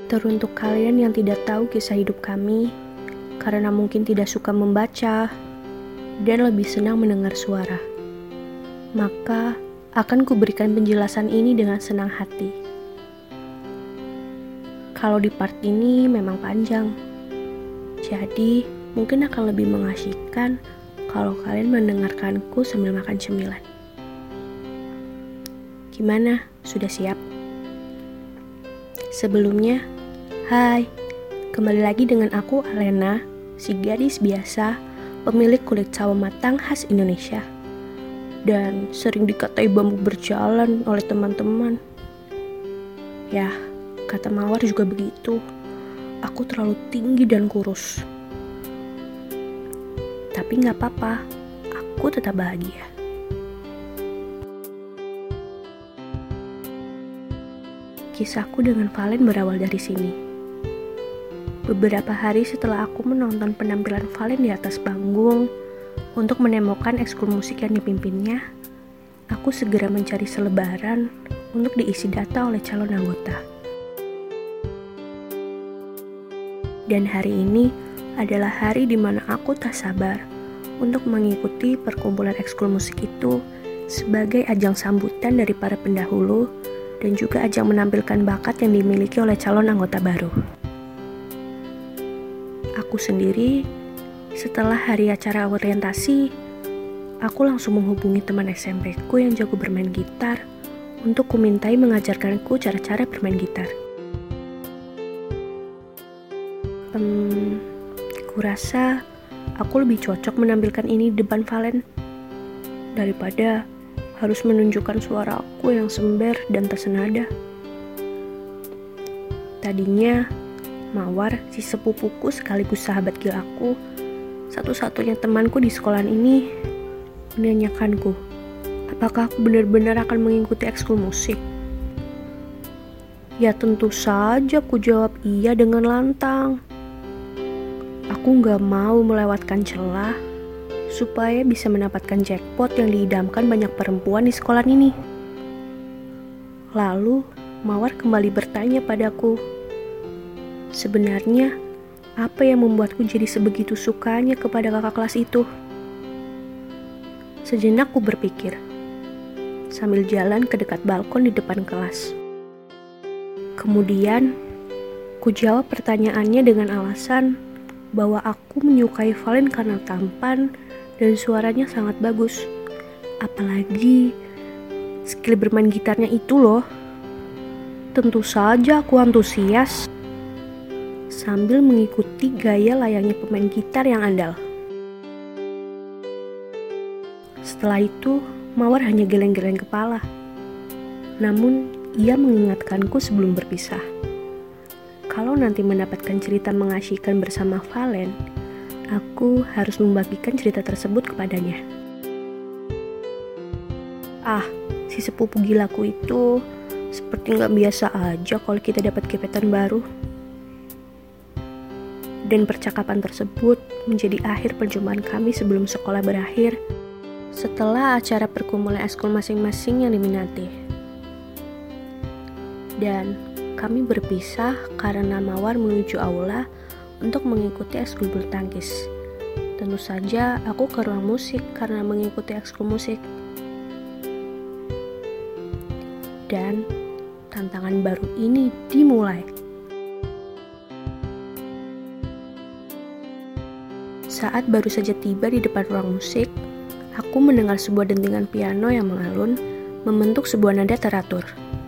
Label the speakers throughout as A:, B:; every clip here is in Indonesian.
A: Teruntuk kalian yang tidak tahu kisah hidup kami, karena mungkin tidak suka membaca dan lebih senang mendengar suara, maka akan kuberikan penjelasan ini dengan senang hati. Kalau di part ini memang panjang, jadi mungkin akan lebih mengasyikkan kalau kalian mendengarkanku sambil makan cemilan. Gimana? Sudah siap? Sebelumnya, hai, kembali lagi dengan aku Alena, si gadis biasa, pemilik kulit sawo matang khas Indonesia. Dan sering dikatai bambu berjalan oleh teman-teman. Ya, kata Mawar juga begitu. Aku terlalu tinggi dan kurus. Tapi gak apa-apa, aku tetap bahagia. Kisahku dengan Valen berawal dari sini. Beberapa hari setelah aku menonton penampilan Valen di atas panggung untuk menemukan ekskul musik yang dipimpinnya, aku segera mencari selebaran untuk diisi data oleh calon anggota. Dan hari ini adalah hari di mana aku tak sabar untuk mengikuti perkumpulan ekskul musik itu sebagai ajang sambutan dari para pendahulu dan juga ajang menampilkan bakat yang dimiliki oleh calon anggota baru. Aku sendiri, setelah hari acara orientasi, aku langsung menghubungi teman SMP-ku yang jago bermain gitar untuk kumintai mengajarkanku cara-cara bermain gitar. Kurasa aku lebih cocok menampilkan ini di depan Valen daripada harus menunjukkan suara aku yang sember dan tersenada. Tadinya, Mawar, si sepupuku sekaligus sahabat gilaku, satu-satunya temanku di sekolahan ini, menanyakanku, apakah aku benar-benar akan mengikuti ekskul musik? Ya tentu saja ku jawab iya dengan lantang. Aku gak mau melewatkan celah supaya bisa mendapatkan jackpot yang diidamkan banyak perempuan di sekolah ini. Lalu, Mawar kembali bertanya padaku, sebenarnya apa yang membuatku jadi sebegitu sukanya kepada kakak kelas itu? Sejenak ku berpikir, sambil jalan ke dekat balkon di depan kelas. Kemudian, ku jawab pertanyaannya dengan alasan bahwa aku menyukai Valen karena tampan dan suaranya sangat bagus. Apalagi skill bermain gitarnya itu loh. Tentu saja aku antusias sambil mengikuti gaya layaknya pemain gitar yang andal. Setelah itu, Mawar hanya geleng-geleng kepala. Namun, ia mengingatkanku sebelum berpisah. Kalau nanti mendapatkan cerita mengasyikkan bersama Valen, aku harus membagikan cerita tersebut kepadanya. Si sepupu gilaku itu seperti gak biasa aja kalau kita dapat gebetan baru. Dan percakapan tersebut menjadi akhir perjumpaan kami sebelum sekolah berakhir setelah acara perkumpulan ekskul masing-masing yang diminati. Dan kami berpisah karena Mawar menuju aula untuk mengikuti ekskul bulu tangkis. Tentu saja aku ke ruang musik karena mengikuti ekskul musik. Dan tantangan baru ini dimulai. Saat baru saja tiba di depan ruang musik, aku mendengar sebuah dentingan piano yang mengalun membentuk sebuah nada teratur.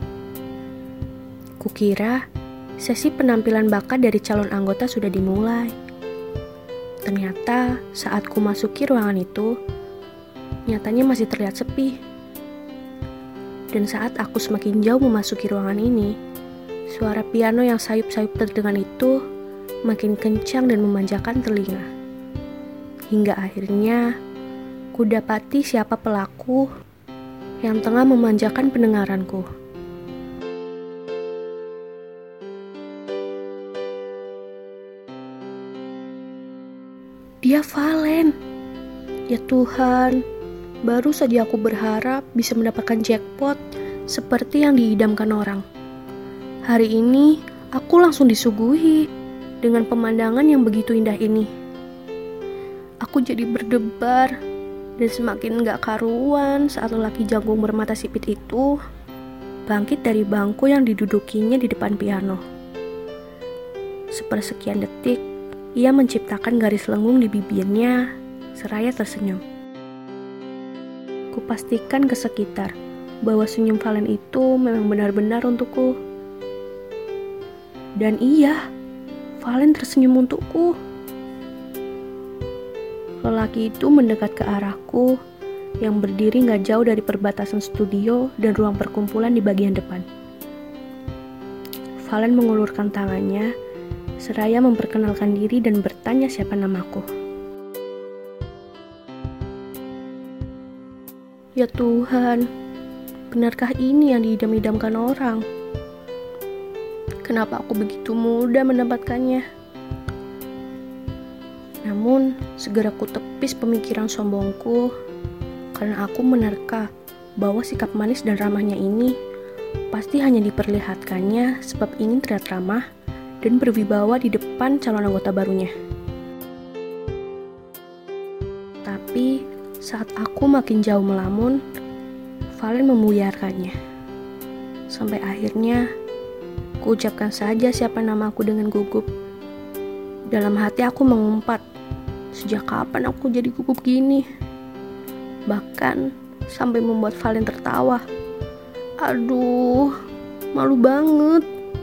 A: Kukira sesi penampilan bakat dari calon anggota sudah dimulai. Ternyata saat ku masuki ruangan itu, nyatanya masih terlihat sepi. Dan saat aku semakin jauh memasuki ruangan ini, suara piano yang sayup-sayup terdengar itu makin kencang dan memanjakan telinga. Hingga akhirnya, ku dapati siapa pelaku yang tengah memanjakan pendengaranku. Dia Valen. Ya Tuhan, baru saja aku berharap bisa mendapatkan jackpot seperti yang diidamkan orang. Hari ini Aku langsung disuguhi dengan pemandangan yang begitu indah ini. Aku jadi berdebar dan semakin gak karuan saat lelaki jangkung bermata sipit itu bangkit dari bangku yang didudukinya di depan piano. Sepersekian detik, ia menciptakan garis lengung di bibirnya seraya tersenyum. Kupastikan ke sekitar bahwa senyum Valen itu memang benar-benar untukku. Dan iya, Valen tersenyum untukku. Lelaki itu mendekat ke arahku yang berdiri gak jauh dari perbatasan studio dan ruang perkumpulan di bagian depan. Valen mengulurkan tangannya seraya memperkenalkan diri dan bertanya siapa namaku. Ya Tuhan, benarkah ini yang diidam-idamkan orang? Kenapa aku begitu mudah mendapatkannya? Namun, segera ku tepis pemikiran sombongku karena aku menerka bahwa sikap manis dan ramahnya ini pasti hanya diperlihatkannya sebab ingin terlihat ramah dan berwibawa di depan calon anggota barunya. Tapi, saat aku makin jauh melamun, Valen membuyarkannya. Sampai akhirnya, ku ucapkan saja siapa namaku dengan gugup. Dalam hati aku mengumpat, sejak kapan aku jadi gugup gini? Bahkan sampai membuat Valen tertawa. Aduh, malu banget.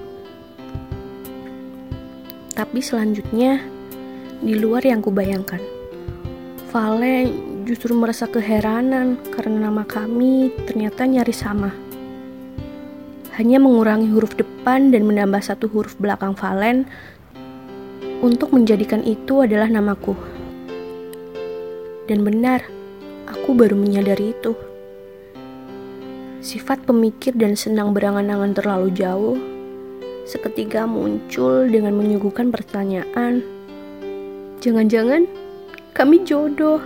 A: Tapi selanjutnya, di luar yang kubayangkan, Valen justru merasa keheranan karena nama kami ternyata nyaris sama. Hanya mengurangi huruf depan dan menambah satu huruf belakang Valen untuk menjadikan itu adalah namaku. Dan benar, aku baru menyadari itu. Sifat pemikir dan senang berangan-angan terlalu jauh seketika muncul dengan menyuguhkan pertanyaan, jangan-jangan kami jodoh?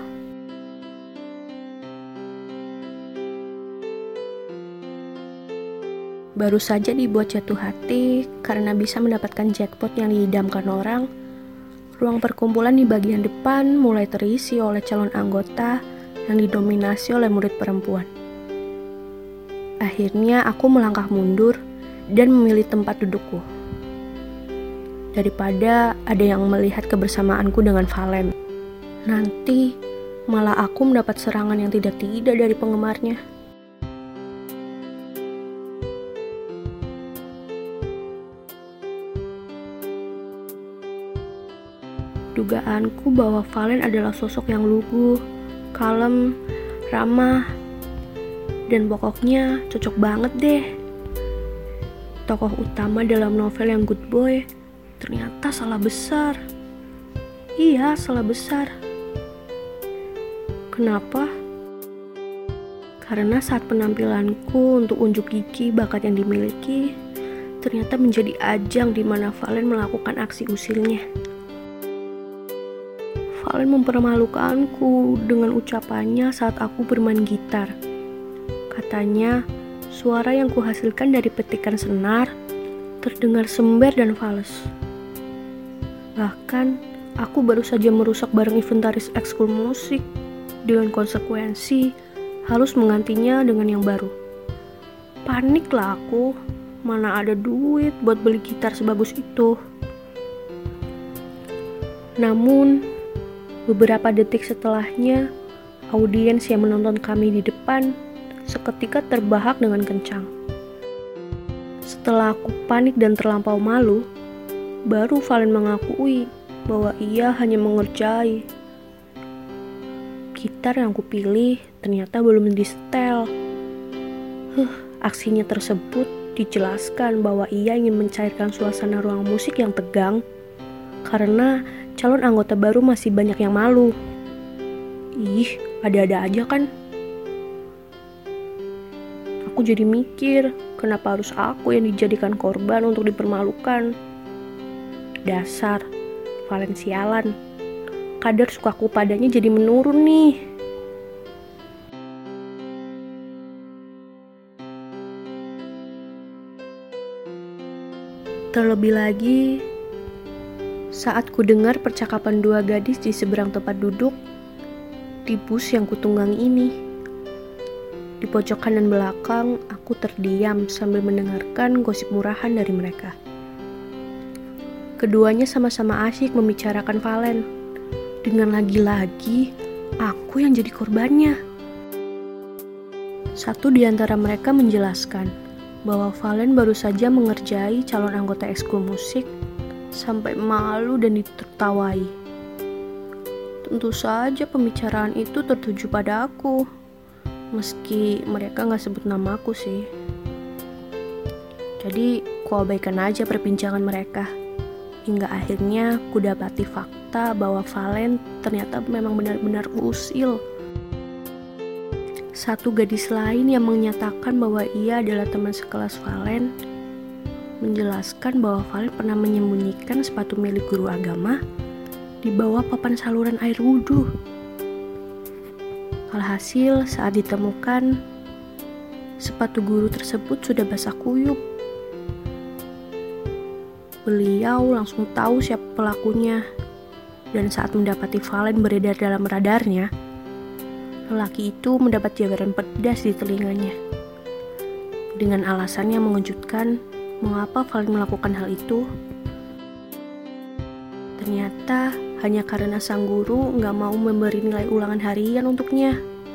A: Baru saja dibuat jatuh hati karena bisa mendapatkan jackpot yang diidamkan orang, ruang perkumpulan di bagian depan mulai terisi oleh calon anggota yang didominasi oleh murid perempuan. Akhirnya aku melangkah mundur dan memilih tempat dudukku. Daripada ada yang melihat kebersamaanku dengan Valen, nanti malah aku mendapat serangan yang tidak-tidak dari penggemarnya. Dugaanku bahwa Valen adalah sosok yang lugu, kalem, ramah, dan pokoknya cocok banget deh. Tokoh utama dalam novel yang good boy ternyata salah besar. Iya, salah besar. Kenapa? Karena saat penampilanku untuk unjuk gigi bakat yang dimiliki ternyata menjadi ajang di mana Valen melakukan aksi usilnya. Valen mempermalukanku dengan ucapannya saat aku bermain gitar. Katanya, suara yang kuhasilkan dari petikan senar terdengar sember dan fals. Bahkan, aku baru saja merusak barang inventaris ekskul musik dengan konsekuensi harus menggantinya dengan yang baru. Paniklah aku, mana ada duit buat beli gitar sebagus itu. Namun, beberapa detik setelahnya, audiens yang menonton kami di depan seketika terbahak dengan kencang. Setelah aku panik dan terlampau malu, baru Valen mengakui bahwa ia hanya mengerjai. Gitar yang kupilih ternyata belum disetel. Aksinya tersebut dijelaskan bahwa ia ingin mencairkan suasana ruang musik yang tegang karena calon anggota baru masih banyak yang malu. Ih, ada-ada aja kan? Aku jadi mikir, kenapa harus aku yang dijadikan korban untuk dipermalukan? Dasar, Valen sialan. Kadar sukaku padanya jadi menurun nih. Terlebih lagi, saat ku dengar percakapan dua gadis di seberang tempat duduk di bus yang kutunggangi ini. Di pojok kanan belakang, aku terdiam sambil mendengarkan gosip murahan dari mereka. Keduanya sama-sama asyik membicarakan Valen. Dengan lagi-lagi, aku yang jadi korbannya. Satu di antara mereka menjelaskan bahwa Valen baru saja mengerjai calon anggota ekskul musik sampai malu dan ditertawai. Tentu saja pembicaraan itu tertuju pada aku, meski mereka gak sebut namaku sih. Jadi ku abaikan aja perbincangan mereka, hingga akhirnya ku dapati fakta bahwa Valen ternyata memang benar-benar usil. Satu gadis lain yang menyatakan bahwa ia adalah teman sekelas Valen menjelaskan bahwa Valen pernah menyembunyikan sepatu milik guru agama di bawah papan saluran air wudhu. Alhasil saat ditemukan, sepatu guru tersebut sudah basah kuyup. Beliau langsung tahu siapa pelakunya, dan saat mendapati Valen beredar dalam radarnya, lelaki itu mendapat jabaran pedas di telinganya. Dengan alasan yang mengejutkan, mengapa Valen melakukan hal itu? Ternyata hanya karena sang guru gak mau memberi nilai ulangan harian untuknya.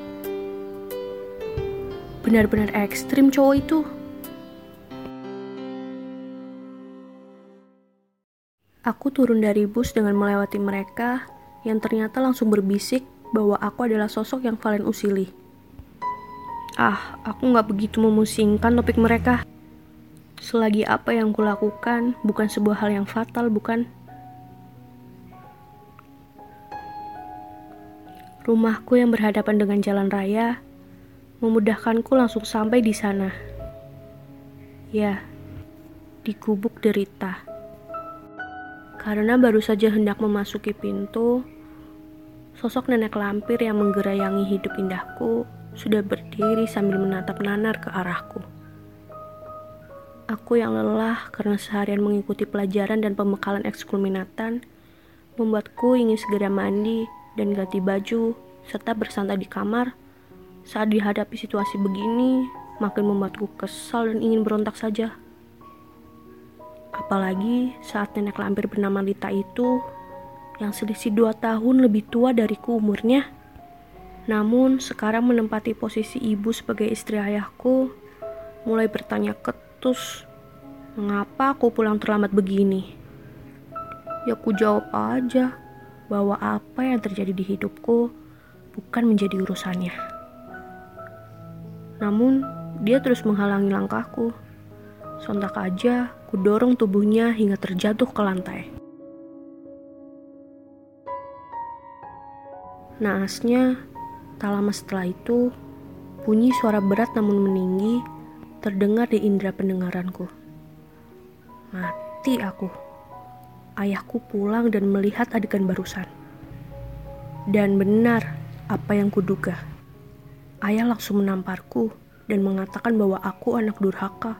A: Benar-benar ekstrim cowok itu. Aku turun dari bus dengan melewati mereka yang ternyata langsung berbisik bahwa aku adalah sosok yang Valen usili. Aku gak begitu memusingkan topik mereka. Selagi apa yang kulakukan bukan sebuah hal yang fatal, bukan? Rumahku yang berhadapan dengan jalan raya memudahkanku langsung sampai di sana. Ya, di gubuk derita. Karena baru saja hendak memasuki pintu, sosok nenek lampir yang menggerayangi hidup indahku sudah berdiri sambil menatap nanar ke arahku. Aku yang lelah karena seharian mengikuti pelajaran dan pembekalan ekskul minatan membuatku ingin segera mandi dan ganti baju serta bersantai di kamar. Saat dihadapi situasi begini, makin membuatku kesal dan ingin berontak saja. Apalagi saat nenek lampir bernama Lita itu yang selisih 2 tahun lebih tua dariku umurnya. Namun sekarang menempati posisi ibu sebagai istri ayahku, mulai bertanya ketus, mengapa aku pulang terlambat begini? Ya ku jawab aja bahwa apa yang terjadi di hidupku bukan menjadi urusannya. Namun dia terus menghalangi langkahku. Sontak aja ku dorong tubuhnya hingga terjatuh ke lantai. Naasnya, tak lama setelah itu, bunyi suara berat namun meninggi terdengar di indera pendengaranku. Mati aku. Ayahku pulang dan melihat adegan barusan. Dan benar apa yang kuduga. Ayah langsung menamparku dan mengatakan bahwa aku anak durhaka.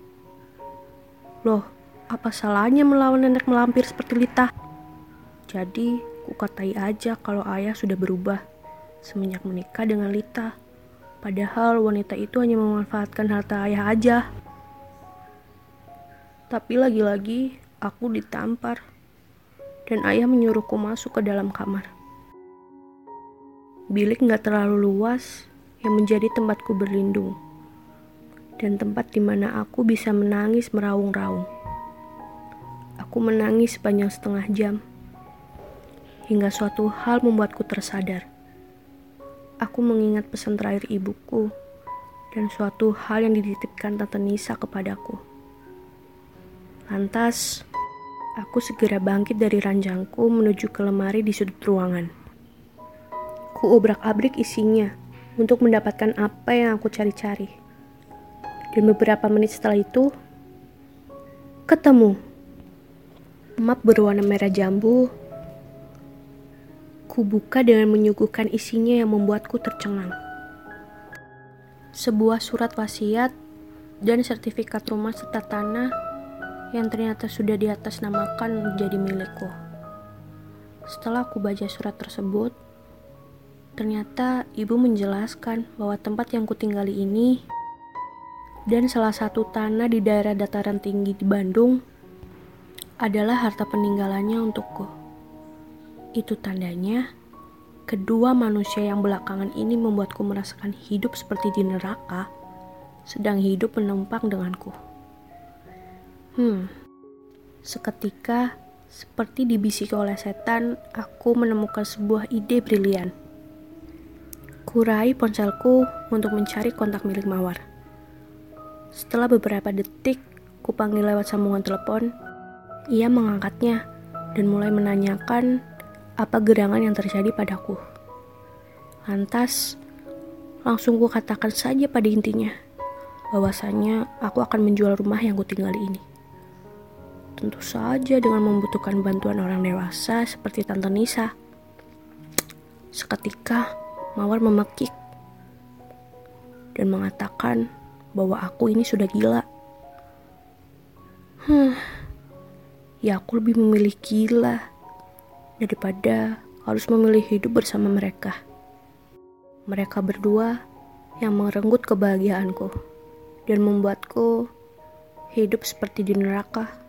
A: Loh, apa salahnya melawan nenek melampir seperti Lita? Jadi, kukatai aja kalau ayah sudah berubah semenjak menikah dengan Lita. Padahal wanita itu hanya memanfaatkan harta ayah aja. Tapi lagi-lagi aku ditampar dan ayah menyuruhku masuk ke dalam kamar. Bilik gak terlalu luas yang menjadi tempatku berlindung dan tempat di mana aku bisa menangis meraung-raung. Aku menangis sepanjang setengah jam hingga suatu hal membuatku tersadar. Aku mengingat pesan terakhir ibuku dan suatu hal yang dititipkan Tante Nisa kepadaku. Lantas, aku segera bangkit dari ranjangku menuju ke lemari di sudut ruangan. Ku obrak-abrik isinya untuk mendapatkan apa yang aku cari-cari. Dan beberapa menit setelah itu, ketemu. Map berwarna merah jambu. Ku buka dengan menyuguhkan isinya yang membuatku tercengang. Sebuah surat wasiat dan sertifikat rumah serta tanah yang ternyata sudah diatasnamakan menjadi milikku. Setelah aku baca surat tersebut, ternyata ibu menjelaskan bahwa tempat yang kutinggali ini dan salah satu tanah di daerah dataran tinggi di Bandung adalah harta peninggalannya untukku. Itu tandanya kedua manusia yang belakangan ini membuatku merasakan hidup seperti di neraka sedang hidup menumpang denganku. Seketika, seperti dibisiki oleh setan, aku menemukan sebuah ide brilian. Kurai ponselku untuk mencari kontak milik Mawar. Setelah beberapa detik, kupanggil lewat sambungan telepon. Ia mengangkatnya dan mulai menanyakan apa gerangan yang terjadi padaku. Lantas, langsung kukatakan saja pada intinya, bahwasanya aku akan menjual rumah yang kutinggali ini. Tentu saja dengan membutuhkan bantuan orang dewasa seperti Tante Nisa. Seketika, Mawar memekik dan mengatakan bahwa aku ini sudah gila. Ya aku lebih memilih gila daripada harus memilih hidup bersama mereka. Mereka berdua yang merenggut kebahagiaanku dan membuatku hidup seperti di neraka.